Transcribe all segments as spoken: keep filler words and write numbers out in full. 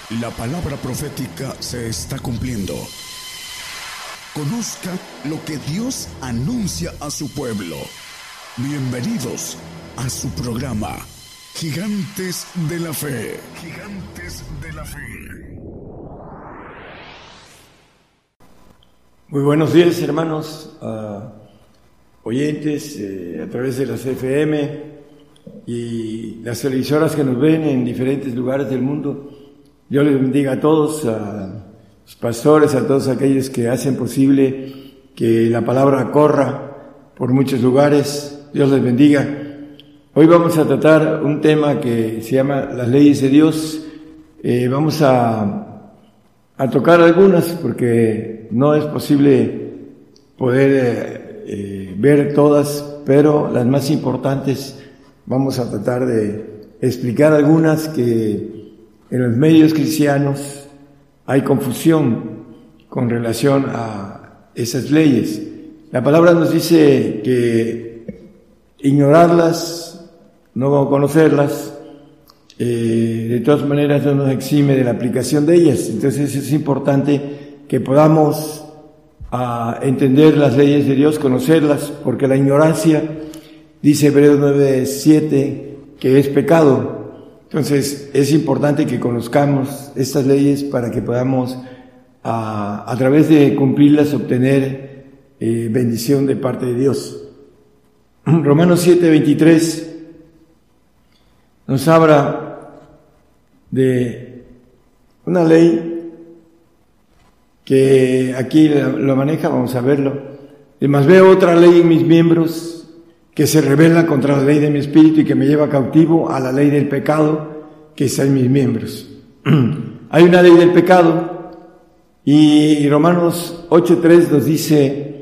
La palabra profética se está cumpliendo. Conozca lo que Dios anuncia a su pueblo. Bienvenidos a su programa, Gigantes de la Fe. Gigantes de la Fe. Muy buenos días, hermanos, uh, oyentes eh, a través de las F M y las televisoras que nos ven en diferentes lugares del mundo. Dios les bendiga a todos, a los pastores, a todos aquellos que hacen posible que la palabra corra por muchos lugares. Dios les bendiga. Hoy vamos a tratar un tema que se llama las leyes de Dios. Eh, vamos a, a tocar algunas porque no es posible poder eh, eh, ver todas, pero las más importantes vamos a tratar de explicar algunas que en los medios cristianos hay confusión con relación a esas leyes. La palabra nos dice que ignorarlas, no conocerlas, eh, de todas maneras no nos exime de la aplicación de ellas. Entonces es importante que podamos a, entender las leyes de Dios, conocerlas, porque la ignorancia, dice Hebreos nueve siete, que es pecado. Entonces es importante que conozcamos estas leyes para que podamos a, a través de cumplirlas obtener eh, bendición de parte de Dios. Romanos siete veintitrés nos habla de una ley que aquí lo maneja, vamos a verlo. Además veo otra ley en mis miembros que se rebela contra la ley de mi espíritu y que me lleva cautivo a la ley del pecado que está en mis miembros. Hay una ley del pecado y Romanos ocho tres nos dice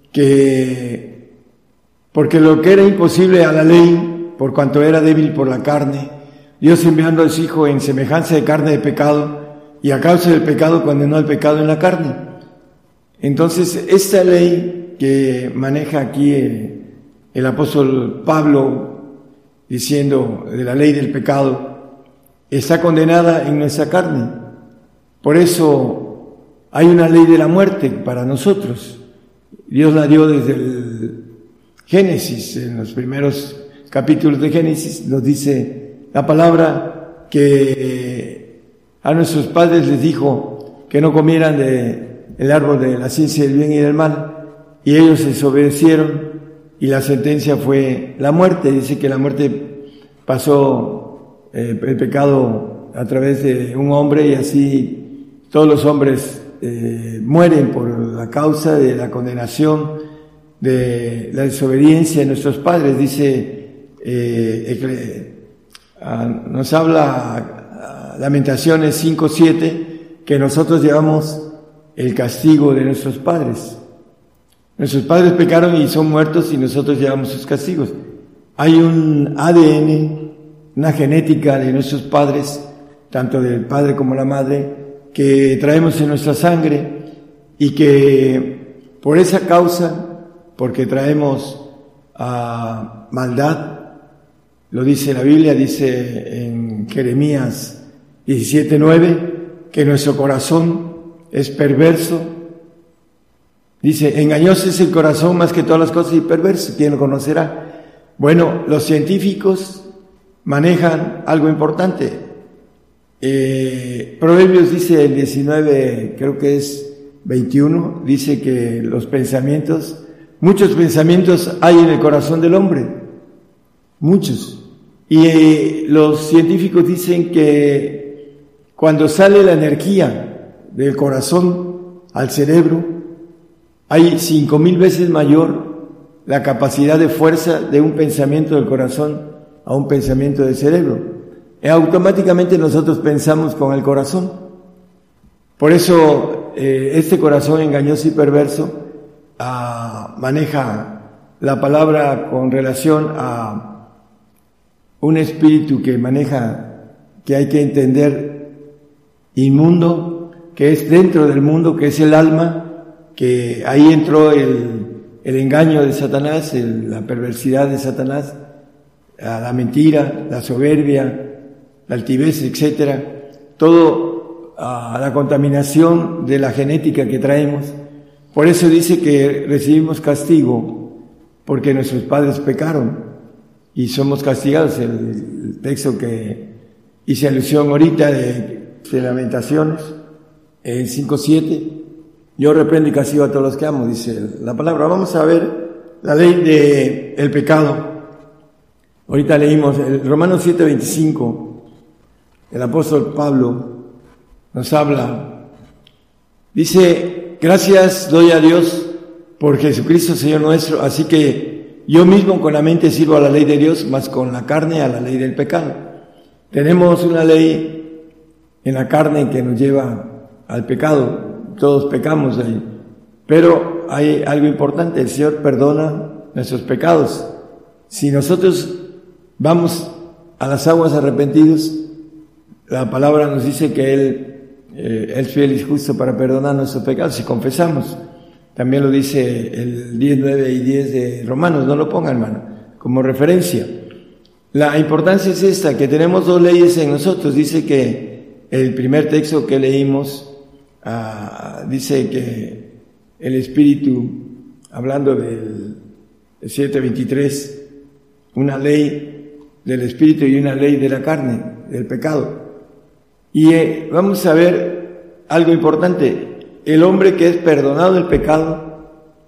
que porque lo que era imposible a la ley, por cuanto era débil por la carne, Dios enviando a su Hijo en semejanza de carne de pecado y a causa del pecado condenó al pecado en la carne. Entonces esta ley que maneja aquí el El apóstol Pablo, diciendo de la ley del pecado, está condenada en nuestra carne. Por eso hay una ley de la muerte para nosotros. Dios la dio desde el Génesis, en los primeros capítulos de Génesis, nos dice la palabra que a nuestros padres les dijo que no comieran de el árbol de la ciencia del bien y del mal, y ellos desobedecieron. Y la sentencia fue la muerte. Dice que la muerte pasó eh, el pecado a través de un hombre y así todos los hombres eh, mueren por la causa de la condenación de la desobediencia de nuestros padres. Dice, eh, nos habla Lamentaciones cinco siete que nosotros llevamos el castigo de nuestros padres. Nuestros padres pecaron y son muertos y nosotros llevamos sus castigos. Hay un A D N, una genética de nuestros padres, tanto del padre como la madre, que traemos en nuestra sangre y que por esa causa, porque traemos a maldad, lo dice la Biblia, dice en Jeremías diecisiete nueve, que nuestro corazón es perverso. Dice, engañoso es el corazón más que todas las cosas y perverso, ¿quién lo conocerá? Bueno, los científicos manejan algo importante. Eh, Proverbios dice el diecinueve, creo que es veintiuno, dice que los pensamientos, muchos pensamientos hay en el corazón del hombre, muchos. Y eh, los científicos dicen que cuando sale la energía del corazón al cerebro, hay cinco mil veces mayor la capacidad de fuerza de un pensamiento del corazón a un pensamiento del cerebro. Y automáticamente nosotros pensamos con el corazón. Por eso eh, este corazón engañoso y perverso ah, maneja la palabra con relación a un espíritu que maneja, que hay que entender, inmundo, que es dentro del mundo, que es el alma, que ahí entró el, el engaño de Satanás, el, la perversidad de Satanás, la mentira, la soberbia, la altivez, etcétera. Todo a la contaminación de la genética que traemos. Por eso dice que recibimos castigo, porque nuestros padres pecaron y somos castigados. El texto que hice alusión ahorita de, de Lamentaciones, el cinco siete, yo reprendo y castigo a todos los que amo, dice la palabra. Vamos a ver la ley de el pecado. Ahorita leímos el Romanos siete veinticinco, el apóstol Pablo nos habla, dice: gracias doy a Dios por Jesucristo Señor nuestro, así que yo mismo con la mente sirvo a la ley de Dios, mas con la carne a la ley del pecado. Tenemos una ley en la carne que nos lleva al pecado, todos pecamos ahí, pero hay algo importante: el Señor perdona nuestros pecados. Si nosotros vamos a las aguas arrepentidos, la palabra nos dice que Él eh, es fiel y justo para perdonar nuestros pecados si confesamos. También lo dice el diez, nueve y diez de Romanos, no lo ponga, hermano, como referencia. La importancia es esta, que tenemos dos leyes en nosotros. Dice que el primer texto que leímos ah, dice que el Espíritu, hablando del siete veintitrés, una ley del Espíritu y una ley de la carne, del pecado. Y eh, vamos a ver algo importante. El hombre que es perdonado del pecado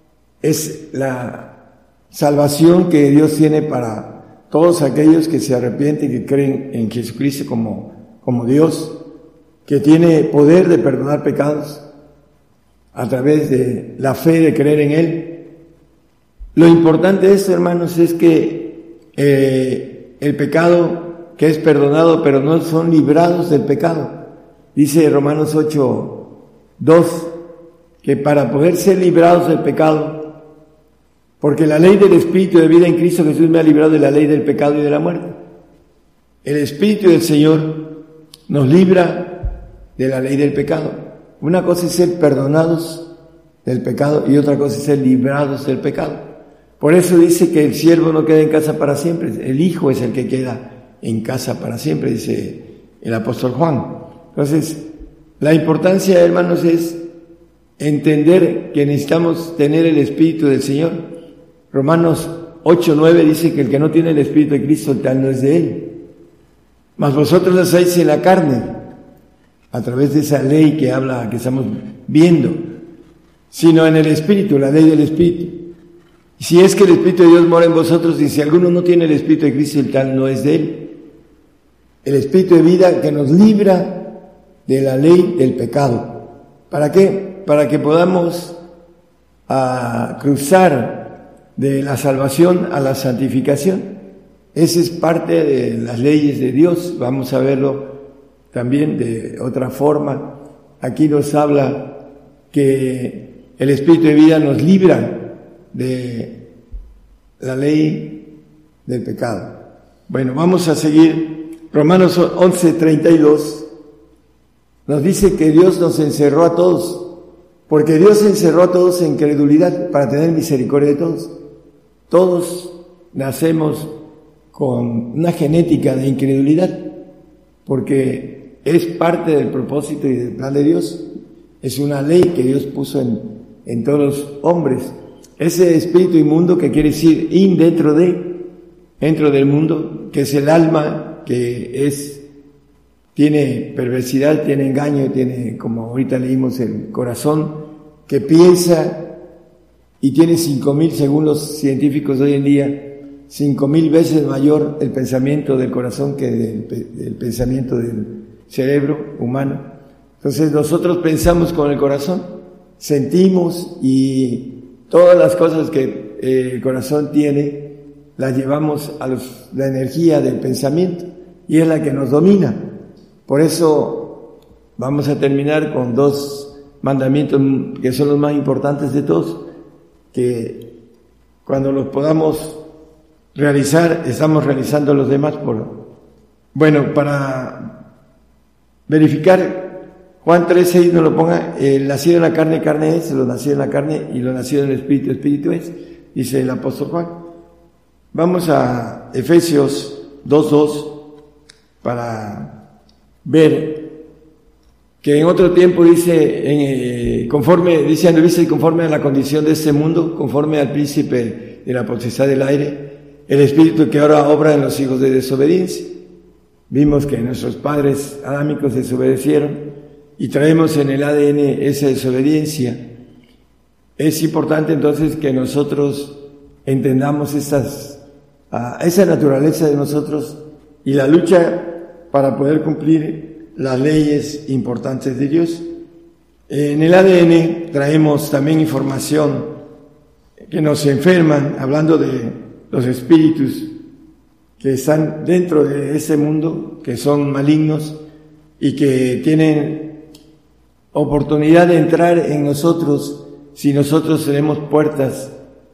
es la salvación que Dios tiene para todos aquellos que se arrepienten y que creen en Jesucristo como, como Dios, que tiene poder de perdonar pecados a través de la fe de creer en Él. Lo importante de esto, hermanos, es que eh, el pecado que es perdonado, pero no son librados del pecado. Dice Romanos ocho, dos, que para poder ser librados del pecado, porque la ley del Espíritu de vida en Cristo Jesús me ha librado de la ley del pecado y de la muerte. El Espíritu del Señor nos libra de la ley del pecado. Una cosa es ser perdonados del pecado y otra cosa es ser librados del pecado. Por eso dice que el siervo no queda en casa para siempre, el Hijo es el que queda en casa para siempre, dice el apóstol Juan. Entonces, la importancia, hermanos, es entender que necesitamos tener el Espíritu del Señor. Romanos ocho, nueve dice que el que no tiene el Espíritu de Cristo, tal no es de Él. Mas vosotros lo hacéis en la carne, a través de esa ley que habla, que estamos viendo, sino en el Espíritu, la ley del Espíritu. Si es que el Espíritu de Dios mora en vosotros, y si alguno no tiene el Espíritu de Cristo, el tal no es de Él. El Espíritu de vida que nos libra de la ley del pecado. ¿Para qué? Para que podamos a, cruzar de la salvación a la santificación. Esa es parte de las leyes de Dios. Vamos a verlo también de otra forma. Aquí nos habla que el Espíritu de vida nos libra de la ley del pecado. Bueno, vamos a seguir. Romanos once, treinta y dos nos dice que Dios nos encerró a todos, porque Dios encerró a todos en credulidad para tener misericordia de todos. Todos nacemos con una genética de incredulidad, porque es parte del propósito y del plan de Dios. Es una ley que Dios puso en, en todos los hombres. Ese espíritu inmundo, que quiere decir in dentro de, dentro del mundo, que es el alma, que es, tiene perversidad, tiene engaño, tiene, como ahorita leímos, el corazón, que piensa y tiene cinco mil, según los científicos de hoy en día, cinco mil veces mayor el pensamiento del corazón que del, del pensamiento del cerebro humano. Entonces nosotros pensamos con el corazón, sentimos, y todas las cosas que eh, el corazón tiene las llevamos a los, la energía del pensamiento, y es la que nos domina. Por eso vamos a terminar con dos mandamientos que son los más importantes de todos, que cuando los podamos realizar, estamos realizando los demás. Por bueno, para verificar, Juan tres, seis no lo ponga, el nacido en la carne, carne es, lo nacido en la carne, y lo nacido en el Espíritu, Espíritu es, dice el apóstol Juan. Vamos a Efesios dos, dos para ver que en otro tiempo dice, en, eh, conforme, dice anduviste conforme a la condición de este mundo, conforme al príncipe de la potestad del aire, el espíritu que ahora obra en los hijos de desobediencia. Vimos que nuestros padres adámicos desobedecieron y traemos en el A D N esa desobediencia. Es importante entonces que nosotros entendamos estas, uh, esa naturaleza de nosotros y la lucha para poder cumplir las leyes importantes de Dios. En el A D N traemos también información que nos enferman, hablando de los espíritus que están dentro de ese mundo, que son malignos y que tienen oportunidad de entrar en nosotros si nosotros tenemos puertas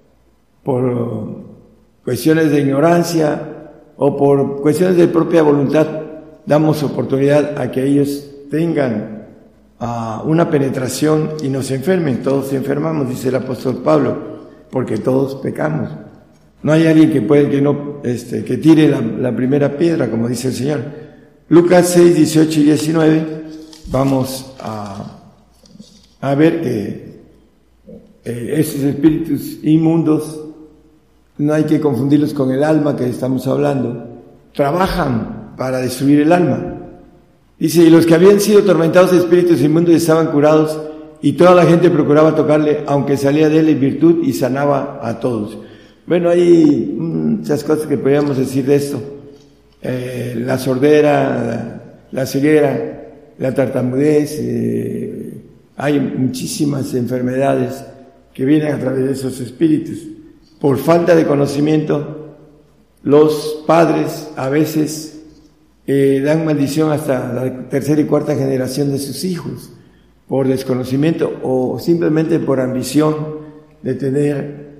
por cuestiones de ignorancia o por cuestiones de propia voluntad. Damos oportunidad a que ellos tengan uh, una penetración y nos enfermen. Todos enfermamos, dice el apóstol Pablo, porque todos pecamos. No hay alguien que puede que no este que tire la, la primera piedra, como dice el Señor. Lucas seis, dieciocho y diecinueve. Vamos a, a ver que eh, esos espíritus inmundos no hay que confundirlos con el alma que estamos hablando. Trabajan para destruir el alma. Dice, y los que habían sido atormentados de espíritus inmundos estaban curados, y toda la gente procuraba tocarle, aunque salía de él en virtud y sanaba a todos. Bueno, hay muchas cosas que podríamos decir de esto. Eh, la sordera, la, la ceguera, la tartamudez, eh, hay muchísimas enfermedades que vienen a través de esos espíritus. Por falta de conocimiento, los padres a veces Eh, dan maldición hasta la tercera y cuarta generación de sus hijos, por desconocimiento o simplemente por ambición de tener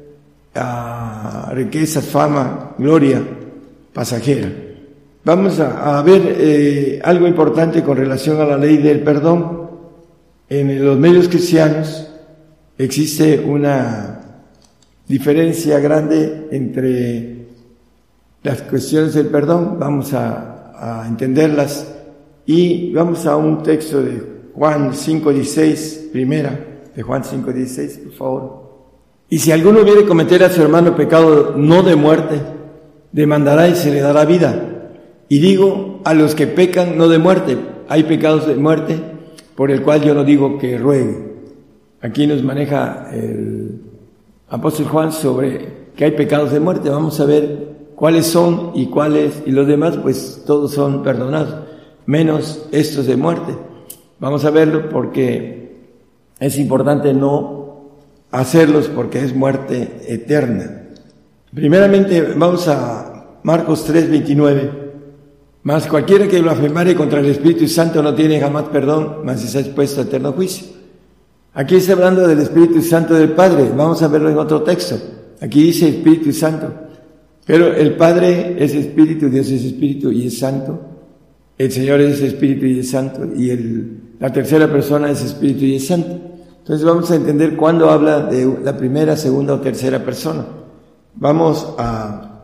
uh, riqueza, fama, gloria pasajera. Vamos a, a ver eh, algo importante con relación a la ley del perdón. En los medios cristianos existe una diferencia grande entre las cuestiones del perdón. Vamos a a entenderlas y vamos a un texto de Juan cinco dieciséis, primera de Juan cinco dieciséis, por favor. Y si alguno hubiere cometer a su hermano pecado no de muerte, demandará y se le dará vida. Y digo a los que pecan no de muerte, hay pecados de muerte por el cual yo no digo que ruegue. Aquí nos maneja el apóstol Juan sobre que hay pecados de muerte. Vamos a ver cuáles son y cuáles, y los demás pues todos son perdonados, menos estos de muerte. Vamos a verlo porque es importante no hacerlos porque es muerte eterna. Primeramente vamos a Marcos tres, veintinueve. Mas cualquiera que blasfemare contra el Espíritu Santo no tiene jamás perdón, mas está expuesto a eterno juicio. Aquí está hablando del Espíritu Santo del Padre. Vamos a verlo en otro texto. Aquí dice Espíritu Santo. Pero el Padre es Espíritu, Dios es Espíritu y es Santo. El Señor es Espíritu y es Santo. Y el, la tercera persona es Espíritu y es Santo. Entonces vamos a entender cuándo habla de la primera, segunda o tercera persona. Vamos a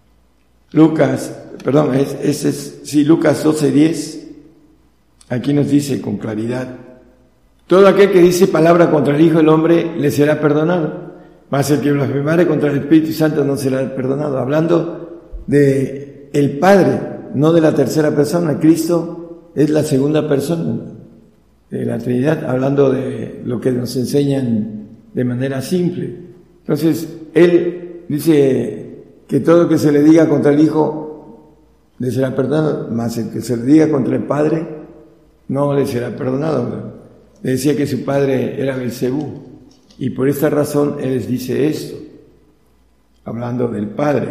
Lucas, perdón, es, es, es sí, Lucas doce, diez. Aquí nos dice con claridad: todo aquel que dice palabra contra el Hijo del Hombre le será perdonado, mas el que blasfemare contra el Espíritu Santo no será perdonado. Hablando de el Padre, no de la tercera persona. Cristo es la segunda persona de la Trinidad, hablando de lo que nos enseñan de manera simple. Entonces, Él dice que todo lo que se le diga contra el Hijo le será perdonado, mas el que se le diga contra el Padre no le será perdonado. Le decía que su padre era Belcebú. Y por esta razón Él les dice esto, hablando del Padre.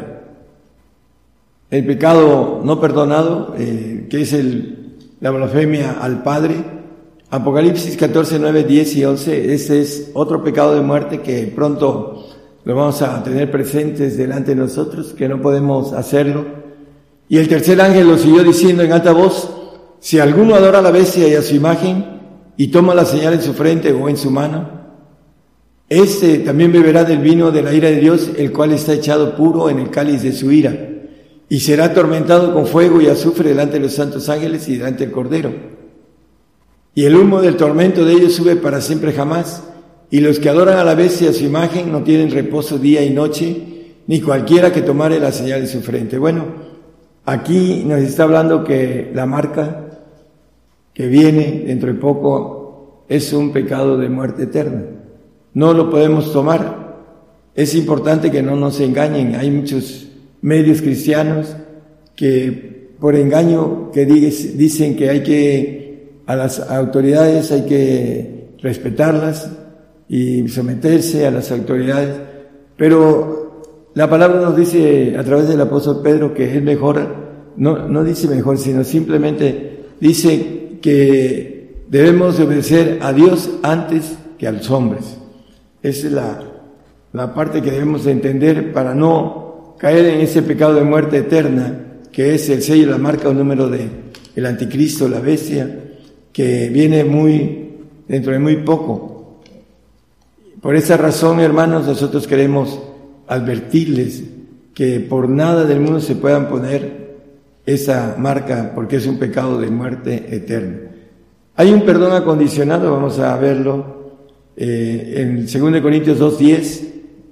El pecado no perdonado, eh, que es el, la blasfemia al Padre, Apocalipsis catorce, nueve, diez y once, este es otro pecado de muerte que pronto lo vamos a tener presentes delante de nosotros, que no podemos hacerlo. Y el tercer ángel lo siguió diciendo en alta voz: si alguno adora a la bestia y a su imagen, y toma la señal en su frente o en su mano, este también beberá del vino de la ira de Dios, el cual está echado puro en el cáliz de su ira, y será atormentado con fuego y azufre delante de los santos ángeles y delante del Cordero. y el humo del tormento de ellos sube para siempre jamás, y los que adoran a la bestia a su imagen no tienen reposo día y noche, ni cualquiera que tomare la señal de su frente. Bueno, aquí nos está hablando que la marca que viene dentro de poco es un pecado de muerte eterna. No lo podemos tomar. Es importante que no nos engañen. Hay muchos medios cristianos que por engaño que dicen que hay que, a las autoridades hay que respetarlas y someterse a las autoridades, pero la palabra nos dice a través del apóstol Pedro que es mejor, no, no dice mejor, sino simplemente dice que debemos obedecer a Dios antes que a los hombres. Esa es la, la parte que debemos de entender para no caer en ese pecado de muerte eterna, que es el sello, la marca o número de el anticristo, la bestia, que viene muy dentro de muy poco. Por esa razón, hermanos, nosotros queremos advertirles que por nada del mundo se puedan poner esa marca, porque es un pecado de muerte eterna. Hay un perdón acondicionado, vamos a verlo eh, en segundo de Corintios dos diez,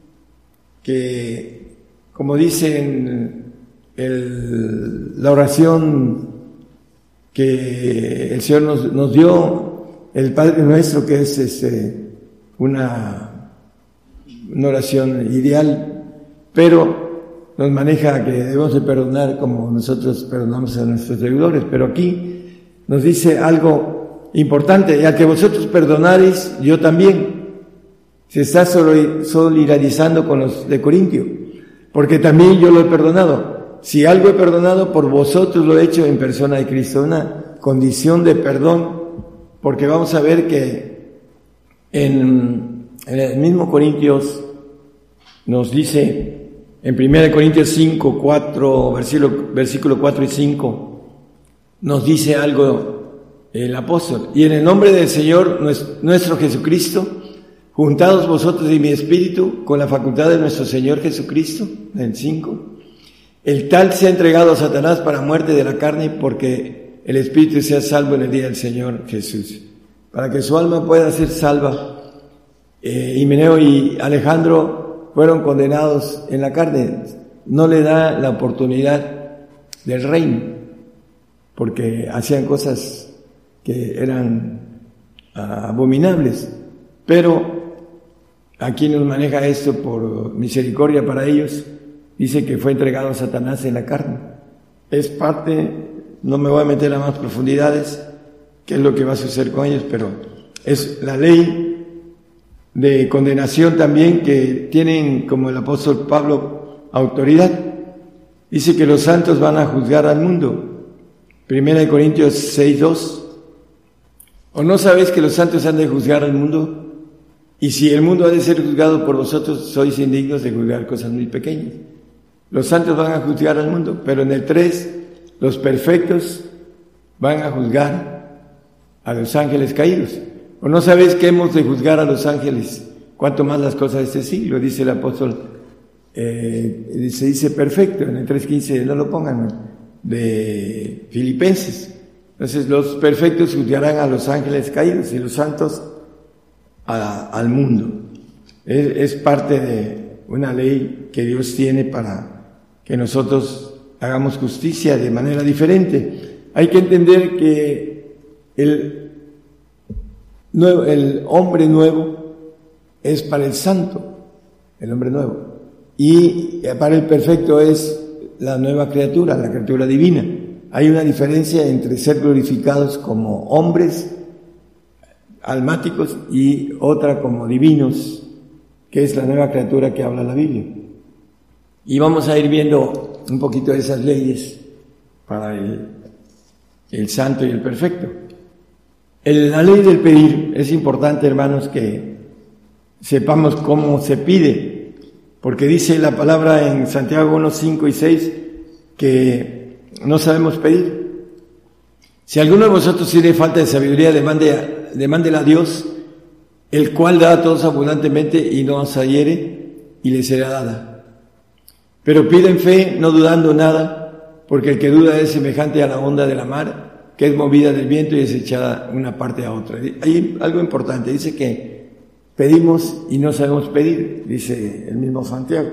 que como dice en el, la oración que el Señor nos, nos dio, el Padre Nuestro, que es este, una, una oración ideal, pero nos maneja que debemos de perdonar como nosotros perdonamos a nuestros deudores. Pero aquí nos dice algo importante: y al que vosotros perdonareis, yo también. Se está solidarizando con los de Corintio, porque también yo lo he perdonado. Si algo he perdonado, por vosotros lo he hecho en persona de Cristo, una condición de perdón, porque vamos a ver que en, en el mismo Corintios nos dice, en primera Corintios cinco, cuatro, versículo, versículo cuatro y cinco, nos dice algo el apóstol: y en el nombre del Señor nuestro Jesucristo, juntados vosotros y mi espíritu con la facultad de nuestro Señor Jesucristo, en el cinco, el tal sea entregado a Satanás para muerte de la carne, porque el espíritu sea salvo en el día del Señor Jesús. Para que su alma pueda ser salva, eh, Himeneo y Alejandro fueron condenados en la carne. No le da la oportunidad del reino, porque hacían cosas que eran uh, abominables. Pero aquí nos maneja esto por misericordia para ellos. Dice que fue entregado a Satanás en la carne. Es parte, no me voy a meter a más profundidades, qué es lo que va a suceder con ellos, pero es la ley de condenación también que tienen, como el apóstol Pablo, autoridad. Dice que los santos van a juzgar al mundo. Primera de Corintios seis dos. ¿O no sabéis que los santos han de juzgar al mundo? Y si el mundo ha de ser juzgado por vosotros, sois indignos de juzgar cosas muy pequeñas. Los santos van a juzgar al mundo, pero en el tres, los perfectos van a juzgar a los ángeles caídos. ¿O no sabéis que hemos de juzgar a los ángeles? Cuanto más las cosas de este siglo, dice el apóstol, eh, se dice perfecto, en el tres quince, no lo pongan, de Filipenses. Entonces los perfectos juzgarán a los ángeles caídos y los santos a, al mundo. Es, es parte de una ley que Dios tiene para que nosotros hagamos justicia de manera diferente. Hay que entender que el, nuevo, el hombre nuevo es para el santo, el hombre nuevo, y para el perfecto es la nueva criatura, la criatura divina. Hay una diferencia entre ser glorificados como hombres almáticos y otra como divinos, que es la nueva criatura que habla la Biblia. Y vamos a ir viendo un poquito de esas leyes para el, el santo y el perfecto. El, la ley del pedir, es importante, hermanos, que sepamos cómo se pide, porque dice la palabra en Santiago uno, cinco y seis que no sabemos pedir. Si alguno de vosotros tiene falta de sabiduría, demande, demándela a Dios, el cual da a todos abundantemente y no os hiere, y le será dada. Pero pide en fe, no dudando nada, porque el que duda es semejante a la onda de la mar, que es movida del viento y es echada una parte a otra. Hay algo importante, dice que pedimos y no sabemos pedir, dice el mismo Santiago.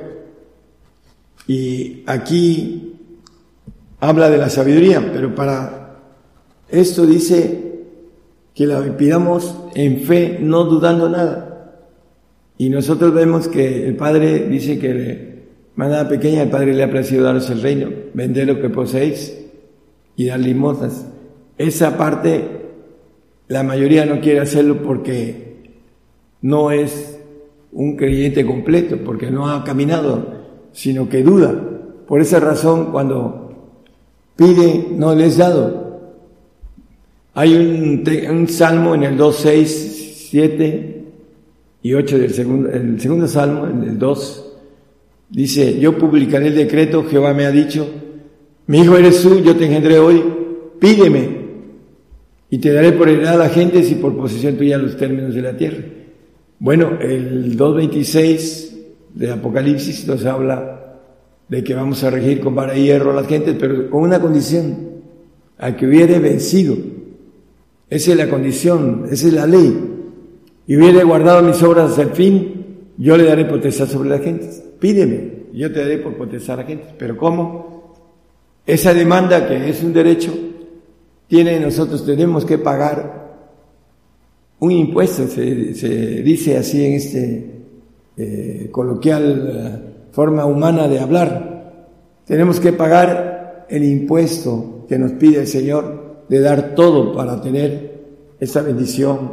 Y aquí habla de la sabiduría, pero para esto dice que la pidamos en fe, no dudando nada. Y nosotros vemos que el Padre dice que manada pequeña, el Padre le ha placido daros el reino, vended lo que poseéis y dar limosnas. Esa parte la mayoría no quiere hacerlo porque no es un creyente completo, porque no ha caminado, sino que duda. Por esa razón, cuando pide, no le es dado. Hay un, un salmo en el dos, seis, siete y ocho del segundo, el segundo salmo, en el dos, dice: yo publicaré el decreto, Jehová me ha dicho, mi hijo eres tú, yo te engendré hoy, pídeme, y te daré por heredad a la gente y por posesión tuya los términos de la tierra. Bueno, el dos veintiséis de Apocalipsis nos habla de que vamos a regir con vara y hierro a las gentes, pero con una condición: al que hubiere vencido. Esa es la condición, esa es la ley. Y hubiere guardado mis obras hasta el fin, yo le daré potestad sobre las gentes. Pídeme, yo te daré por potestad a la gente. Pero ¿cómo? Esa demanda, que es un derecho, tiene, nosotros tenemos que pagar un impuesto, se, se dice así en este eh, coloquial eh, forma humana de hablar. Tenemos que pagar el impuesto que nos pide el Señor de dar todo para tener esa bendición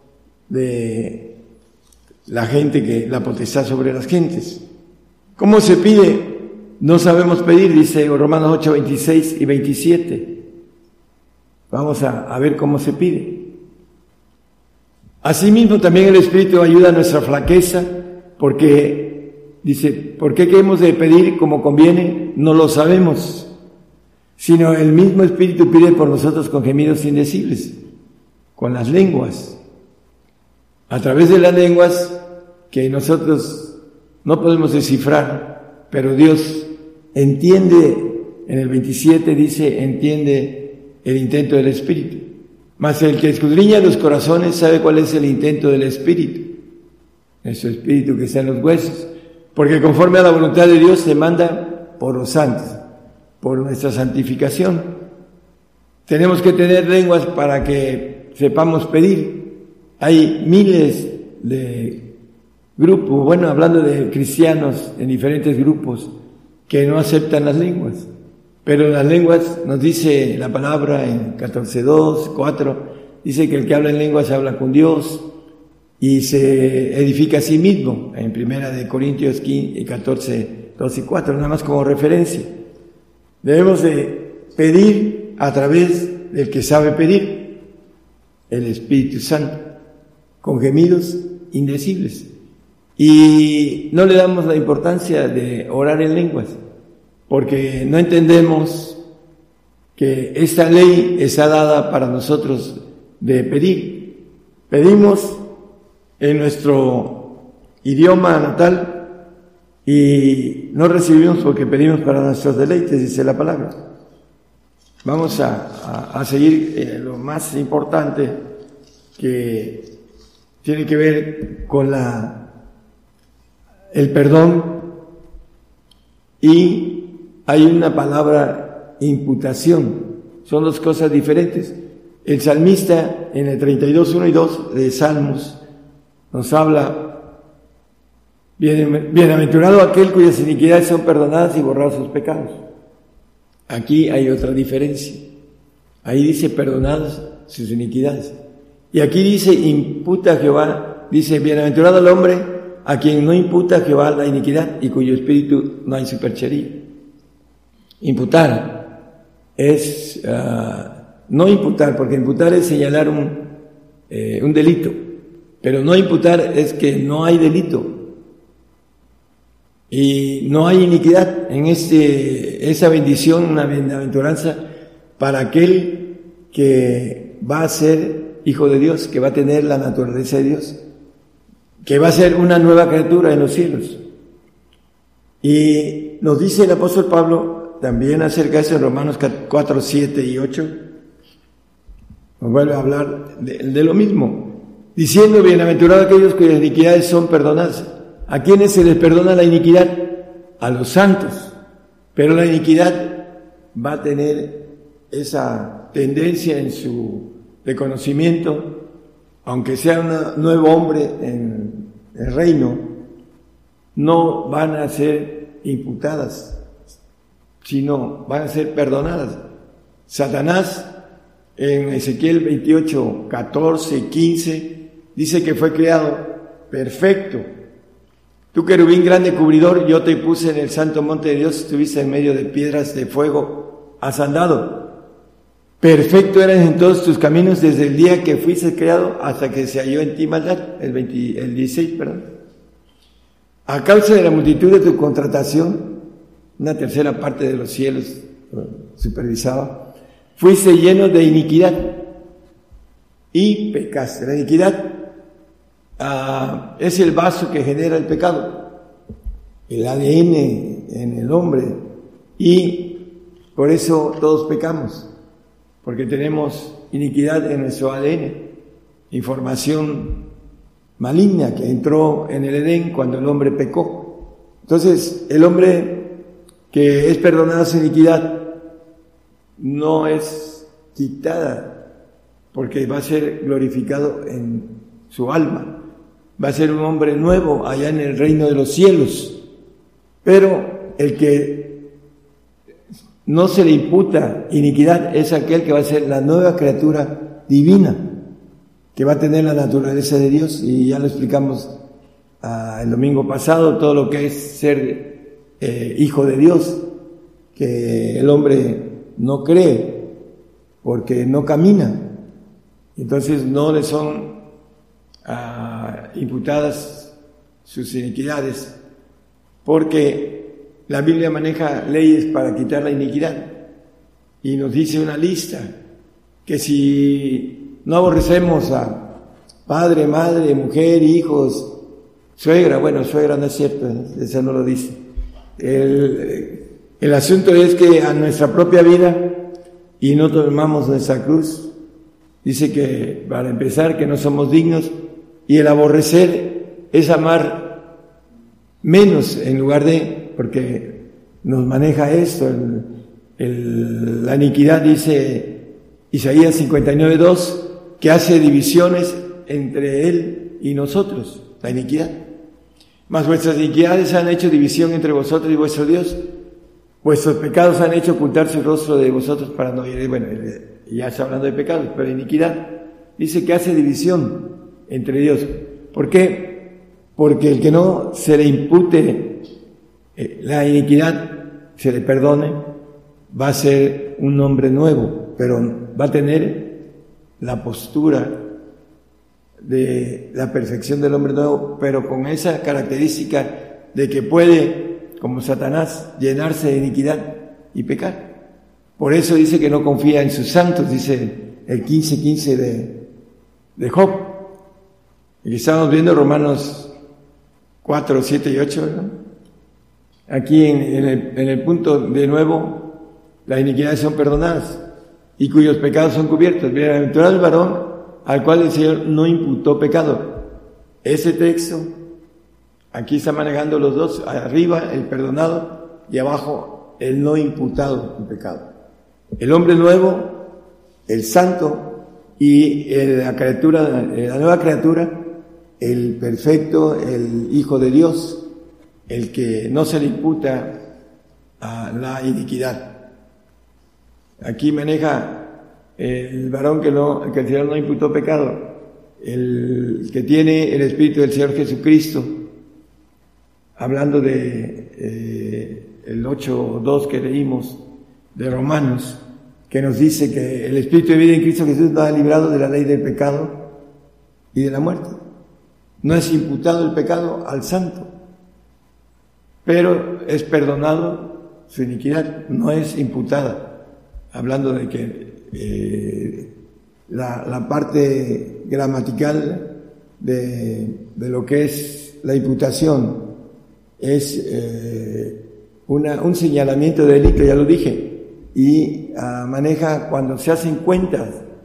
de la gente, que la potestad sobre las gentes. ¿Cómo se pide? No sabemos pedir, dice Romanos ocho, veintiséis y veintisiete. Vamos a, a ver cómo se pide. Asimismo, también el Espíritu ayuda a nuestra flaqueza, porque, dice, ¿por qué hemos de pedir como conviene? No lo sabemos, sino el mismo Espíritu pide por nosotros con gemidos indecibles, con las lenguas. A través de las lenguas que nosotros no podemos descifrar, pero Dios entiende, en el veintisiete dice, entiende el intento del Espíritu. Mas el que escudriña los corazones sabe cuál es el intento del Espíritu, ese Espíritu que está en los huesos, porque conforme a la voluntad de Dios se manda por los santos, por nuestra santificación. Tenemos que tener lenguas para que sepamos pedir. Hay miles de grupos, bueno, hablando de cristianos en diferentes grupos, que no aceptan las lenguas. Pero las lenguas, nos dice la palabra en catorce dos, cuatro, dice que el que habla en lenguas habla con Dios y se edifica a sí mismo, en primera de Corintios catorce, dos y cuatro, nada más como referencia. Debemos de pedir a través del que sabe pedir, el Espíritu Santo, con gemidos indecibles. Y no le damos la importancia de orar en lenguas, porque no entendemos que esta ley está dada para nosotros de pedir. Pedimos en nuestro idioma natal y no recibimos porque pedimos para nuestros deleites, dice la palabra. Vamos a, a, a seguir eh, lo más importante, que tiene que ver con la, el perdón, y hay una palabra imputación, son dos cosas diferentes. El salmista en el treinta y dos, uno y dos de Salmos nos habla: Bien, bienaventurado aquel cuyas iniquidades son perdonadas y borrados sus pecados. Aquí hay otra diferencia. Ahí dice perdonadas sus iniquidades. Y aquí dice imputa a Jehová, dice bienaventurado el hombre a quien no imputa a Jehová la iniquidad y cuyo espíritu no hay superchería. Imputar es, uh, no imputar, porque imputar es señalar un, eh, un delito, pero no imputar es que no hay delito y no hay iniquidad. En este, esa bendición, una bienaventuranza para aquel que va a ser hijo de Dios, que va a tener la naturaleza de Dios, que va a ser una nueva criatura en los cielos. Y nos dice el apóstol Pablo también acerca de eso en Romanos cuatro, siete y ocho, nos vuelve a hablar de, de lo mismo, diciendo: bienaventurados aquellos cuyas iniquidades son perdonadas. ¿A quiénes se les perdona la iniquidad? A los santos. Pero la iniquidad va a tener esa tendencia en su reconocimiento, aunque sea un nuevo hombre en el reino, no van a ser imputadas, sino van a ser perdonadas. Satanás, en Ezequiel veintiocho, catorce, quince, dice que fue creado perfecto. Tú, querubín grande cubridor, yo te puse en el santo monte de Dios, estuviste en medio de piedras de fuego, has andado. Perfecto eras en todos tus caminos desde el día que fuiste creado hasta que se halló en ti maldad, el, veinte, el dieciséis, perdón. A causa de la multitud de tu contratación, una tercera parte de los cielos supervisaba, fuiste lleno de iniquidad y pecaste. La iniquidad ah, es el vaso que genera el pecado, el A D N en el hombre, y por eso todos pecamos, porque tenemos iniquidad en nuestro A D N, información maligna que entró en el Edén cuando el hombre pecó. Entonces, el hombre que es perdonado su iniquidad no es quitada, porque va a ser glorificado en su alma, va a ser un hombre nuevo allá en el reino de los cielos. Pero el que no se le imputa iniquidad es aquel que va a ser la nueva criatura divina, que va a tener la naturaleza de Dios, y ya lo explicamos uh, el domingo pasado, todo lo que es ser eh, hijo de Dios, que el hombre no cree porque no camina, entonces no le son uh, imputadas sus iniquidades, porque la Biblia maneja leyes para quitar la iniquidad, y nos dice una lista, que si no aborrecemos a padre, madre, mujer, hijos, suegra, bueno, suegra no es cierto, eso no lo dice. El, el asunto es que a nuestra propia vida, y no tomamos nuestra cruz, dice que para empezar que no somos dignos, y el aborrecer es amar menos en lugar de, porque nos maneja esto, el, el, la iniquidad, dice Isaías cincuenta y nueve, dos, que hace divisiones entre él y nosotros, la iniquidad. Mas vuestras iniquidades han hecho división entre vosotros y vuestro Dios. Vuestros pecados han hecho ocultar su rostro de vosotros para no ir. Bueno, ya está hablando de pecados, pero iniquidad dice que hace división entre Dios. ¿Por qué? Porque el que no se le impute eh, la iniquidad, se le perdone, va a ser un hombre nuevo, pero va a tener la postura de la perfección del hombre nuevo, pero con esa característica de que puede, como Satanás, llenarse de iniquidad y pecar. Por eso dice que no confía en sus santos, dice el quince quince de, de Job. Y estamos viendo Romanos cuatro, siete y ocho, ¿no? Aquí en, en, el, en el punto de nuevo, las iniquidades son perdonadas y cuyos pecados son cubiertos. Bienaventurado el varón al cual el Señor no imputó pecado. Ese texto, aquí está manejando los dos, arriba el perdonado y abajo el no imputado en pecado. El hombre nuevo, el santo, y la criatura, la nueva criatura, el perfecto, el Hijo de Dios, el que no se le imputa a la iniquidad. Aquí maneja el varón que, no, que el Señor no imputó pecado, el que tiene el Espíritu del Señor Jesucristo, hablando de eh, el ocho dos que leímos de Romanos, que nos dice que el Espíritu de vida en Cristo Jesús nos ha librado de la ley del pecado y de la muerte. No es imputado el pecado al santo, pero es perdonado su iniquidad, no es imputada. Hablando de que eh, la, la parte gramatical de, de lo que es la imputación es eh, una, un señalamiento de delito, ya lo dije, y uh, maneja cuando se hacen cuentas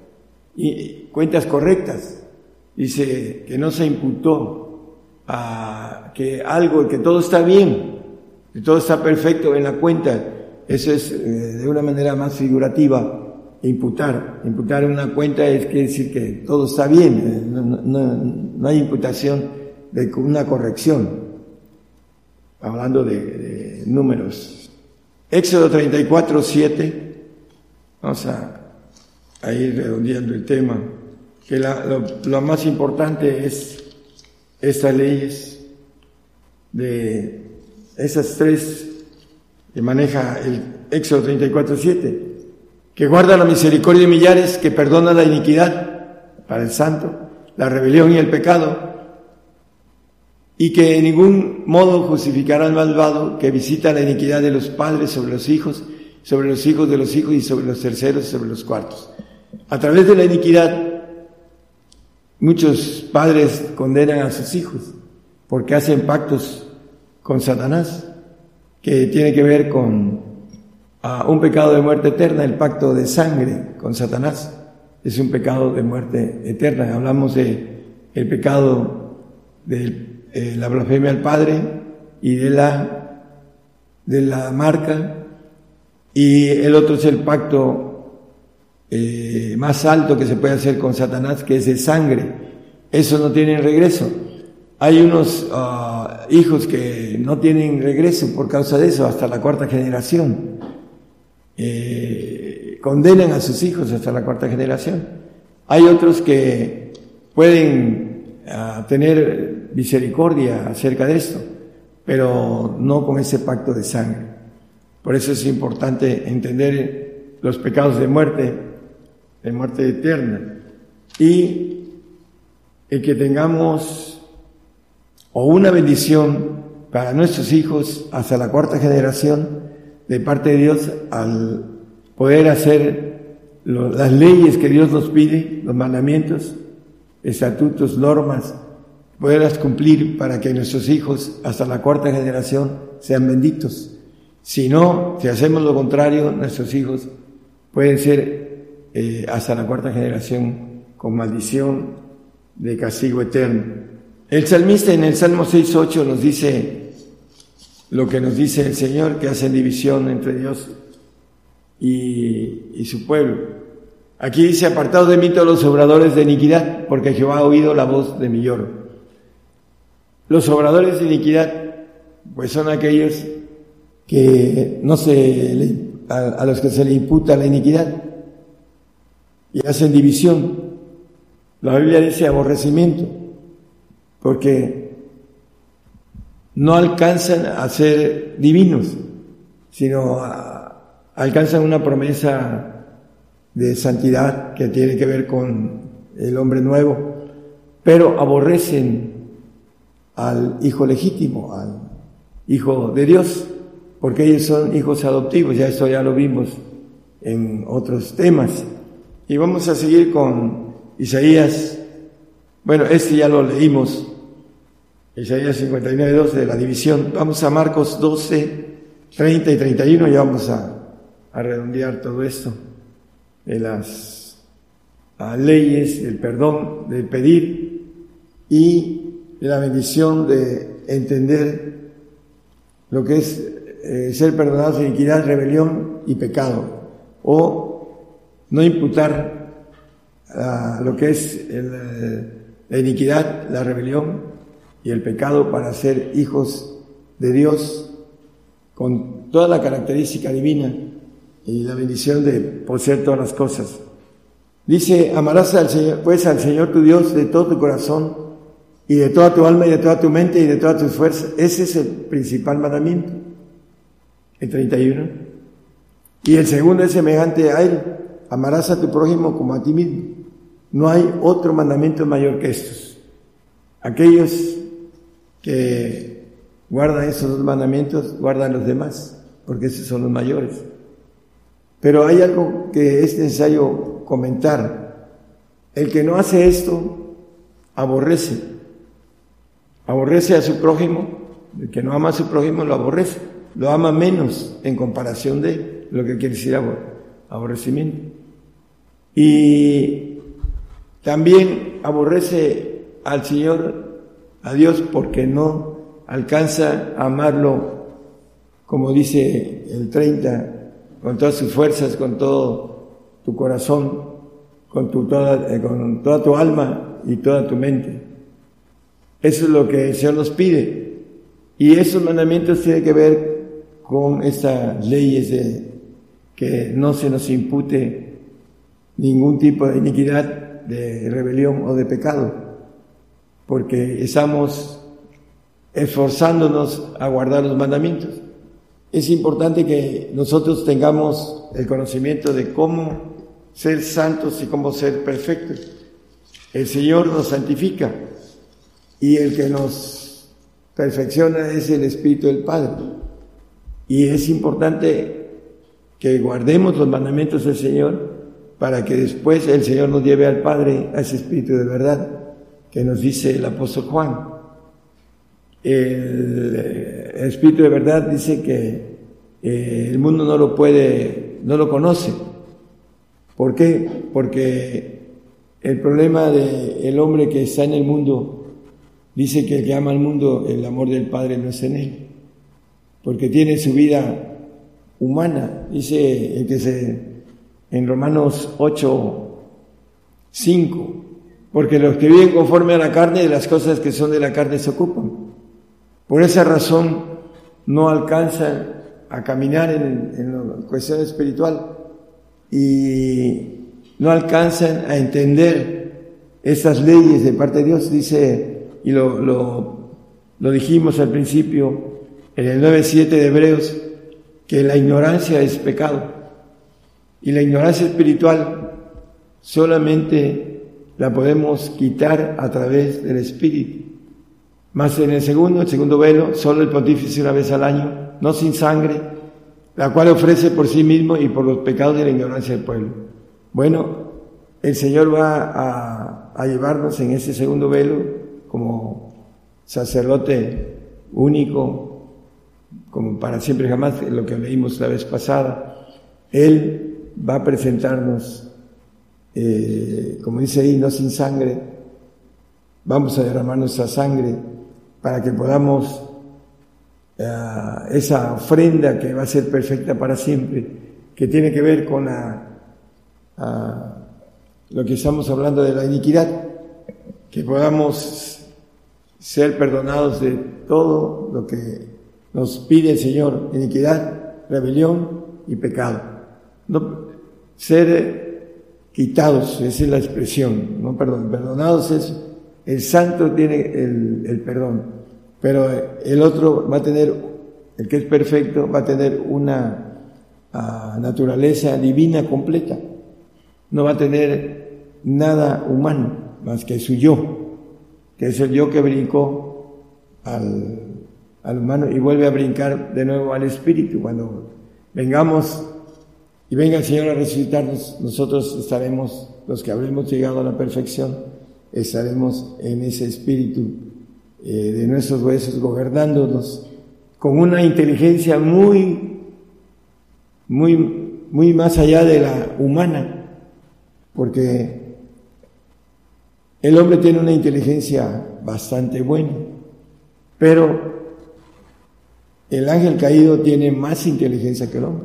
y cuentas correctas. Dice que no se imputó a que algo, que todo está bien, que todo está perfecto en la cuenta. Eso es eh, de una manera más figurativa. Imputar, imputar una cuenta es que decir que todo está bien, no, no, no hay imputación de una corrección, hablando de, de números. Éxodo treinta y cuatro, siete, vamos a, a ir redondeando el tema, que la, lo, lo más importante es estas leyes, de esas tres que maneja el Éxodo treinta y cuatro, siete, que guarda la misericordia de millares, que perdona la iniquidad para el santo, la rebelión y el pecado, y que en ningún modo justificará al malvado, que visita la iniquidad de los padres sobre los hijos, sobre los hijos de los hijos y sobre los terceros y sobre los cuartos. A través de la iniquidad, muchos padres condenan a sus hijos porque hacen pactos con Satanás, que tiene que ver con a un pecado de muerte eterna. El pacto de sangre con Satanás es un pecado de muerte eterna. Hablamos de el pecado de eh, la blasfemia al Padre y de la de la marca, y el otro es el pacto eh, más alto que se puede hacer con Satanás, que es de sangre. Eso no tiene regreso. Hay unos uh, hijos que no tienen regreso por causa de eso, hasta la cuarta generación. Eh, condenan a sus hijos hasta la cuarta generación. Hay otros que pueden uh, tener misericordia acerca de esto, pero no con ese pacto de sangre. Por eso es importante entender los pecados de muerte, de muerte eterna, y el que tengamos o una bendición para nuestros hijos hasta la cuarta generación de parte de Dios, al poder hacer lo, las leyes que Dios nos pide, los mandamientos, estatutos, normas, poderlas cumplir para que nuestros hijos hasta la cuarta generación sean benditos. Si no, si hacemos lo contrario, nuestros hijos pueden ser eh, hasta la cuarta generación con maldición de castigo eterno. El salmista en el Salmo seis, ocho nos dice lo que nos dice el Señor, que hacen división entre Dios y, y su pueblo. Aquí dice: apartados de mí todos los obradores de iniquidad, porque Jehová ha oído la voz de mi lloro. Los obradores de iniquidad, pues son aquellos que no se le, a, a los que se le imputa la iniquidad y hacen división. La Biblia dice aborrecimiento, porque no alcanzan a ser divinos, sino a, alcanzan una promesa de santidad que tiene que ver con el hombre nuevo, pero aborrecen al hijo legítimo, al hijo de Dios, porque ellos son hijos adoptivos. Ya esto ya lo vimos en otros temas. Y vamos a seguir con Isaías. Bueno, este ya lo leímos, Isaías cincuenta y nueve, doce, de la división. Vamos a Marcos doce, treinta y treinta y uno, y vamos a, a redondear todo esto de las a leyes, el perdón, del pedir y de la bendición de entender lo que es eh, ser perdonados de iniquidad, rebelión y pecado, o no imputar uh, lo que es el, la iniquidad, la rebelión y el pecado para ser hijos de Dios con toda la característica divina y la bendición de poseer todas las cosas. Dice: amarás al Señor, pues al Señor tu Dios de todo tu corazón y de toda tu alma y de toda tu mente y de todas tus fuerzas. Ese es el principal mandamiento, el treinta y uno. Y el segundo es semejante a él: amarás a tu prójimo como a ti mismo. No hay otro mandamiento mayor que estos. Aquellos que guardan esos dos mandamientos guardan los demás, porque esos son los mayores. Pero hay algo que es necesario comentar. El que no hace esto aborrece, aborrece a su prójimo. El que no ama a su prójimo lo aborrece, lo ama menos en comparación de lo que quiere decir aborrecimiento. Y También aborrece al Señor, a Dios, porque no alcanza a amarlo, como dice el treinta, con todas sus fuerzas, con todo tu corazón, con, tu, toda, eh, con toda tu alma y toda tu mente. Eso es lo que el Señor nos pide. Y esos mandamientos tienen que ver con estas leyes de que no se nos impute ningún tipo de iniquidad, de rebelión o de pecado, porque estamos esforzándonos a guardar los mandamientos. Es importante que nosotros tengamos el conocimiento de cómo ser santos y cómo ser perfectos. El Señor nos santifica y el que nos perfecciona es el Espíritu del Padre. Y es importante que guardemos los mandamientos del Señor para que después el Señor nos lleve al Padre, a ese Espíritu de verdad que nos dice el apóstol Juan. El, el Espíritu de verdad dice que eh, el mundo no lo puede, no lo conoce. ¿Por qué? Porque el problema del hombre que está en el mundo dice que el que ama al mundo, el amor del Padre no es en él, porque tiene su vida humana. Dice el que se en Romanos ocho, cinco, porque los que viven conforme a la carne, de las cosas que son de la carne se ocupan. Por esa razón no alcanzan a caminar en, en la cuestión espiritual y no alcanzan a entender esas leyes de parte de Dios. Dice, y lo, lo, lo dijimos al principio, en el nueve siete de Hebreos, que la ignorancia es pecado. Y la ignorancia espiritual solamente la podemos quitar a través del Espíritu. Más en el segundo, el segundo velo, solo el pontífice una vez al año, no sin sangre, la cual ofrece por sí mismo y por los pecados de la ignorancia del pueblo. Bueno, el Señor va a, a llevarnos en ese segundo velo como sacerdote único, como para siempre jamás, lo que leímos la vez pasada. Él va a presentarnos, eh, como dice ahí, no sin sangre. Vamos a derramar nuestra sangre para que podamos, eh, esa ofrenda que va a ser perfecta para siempre, que tiene que ver con la, a, lo que estamos hablando de la iniquidad, que podamos ser perdonados de todo lo que nos pide el Señor: iniquidad, rebelión y pecado. No, ser quitados, esa es la expresión, no perdón, perdonados es, el santo tiene el, el perdón, pero el otro va a tener, el que es perfecto, va a tener una uh, naturaleza divina completa, no va a tener nada humano más que su yo, que es el yo que brincó al, al humano y vuelve a brincar de nuevo al espíritu. Cuando vengamos y venga el Señor a resucitarnos, nosotros estaremos, los que habremos llegado a la perfección, estaremos en ese espíritu eh, de nuestros huesos, gobernándonos con una inteligencia muy, muy, muy más allá de la humana, porque el hombre tiene una inteligencia bastante buena, pero el ángel caído tiene más inteligencia que el hombre.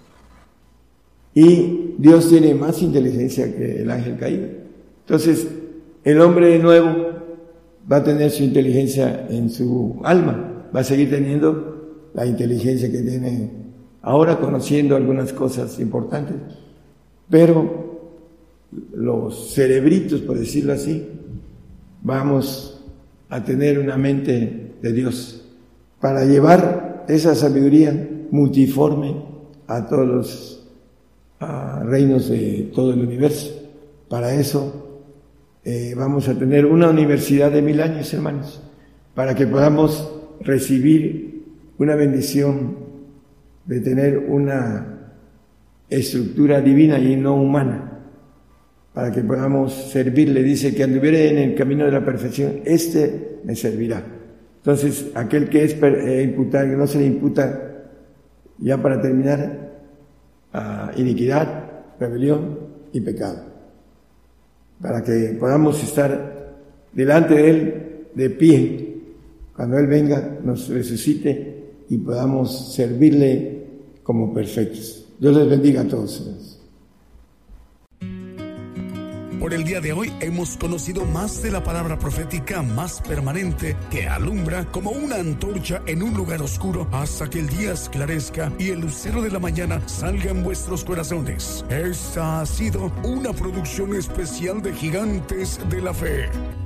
Y Dios tiene más inteligencia que el ángel caído. Entonces, el hombre nuevo va a tener su inteligencia en su alma, va a seguir teniendo la inteligencia que tiene ahora, conociendo algunas cosas importantes, pero los cerebritos, por decirlo así, vamos a tener una mente de Dios para llevar esa sabiduría multiforme a todos los a reinos de todo el universo. Para eso eh, vamos a tener una universidad de mil años, hermanos, para que podamos recibir una bendición de tener una estructura divina y no humana, para que podamos servirle. Dice que anduviere en el camino de la perfección, este me servirá. Entonces, aquel que es eh, imputar, que no se le imputa, ya para terminar, a iniquidad, rebelión y pecado. para que podamos estar delante de Él de pie, cuando Él venga, nos resucite y podamos servirle como perfectos. Dios les bendiga a todos. Por el día de hoy hemos conocido más de la palabra profética más permanente que alumbra como una antorcha en un lugar oscuro hasta que el día esclarezca y el lucero de la mañana salga en vuestros corazones. Esta ha sido una producción especial de Gigantes de la Fe.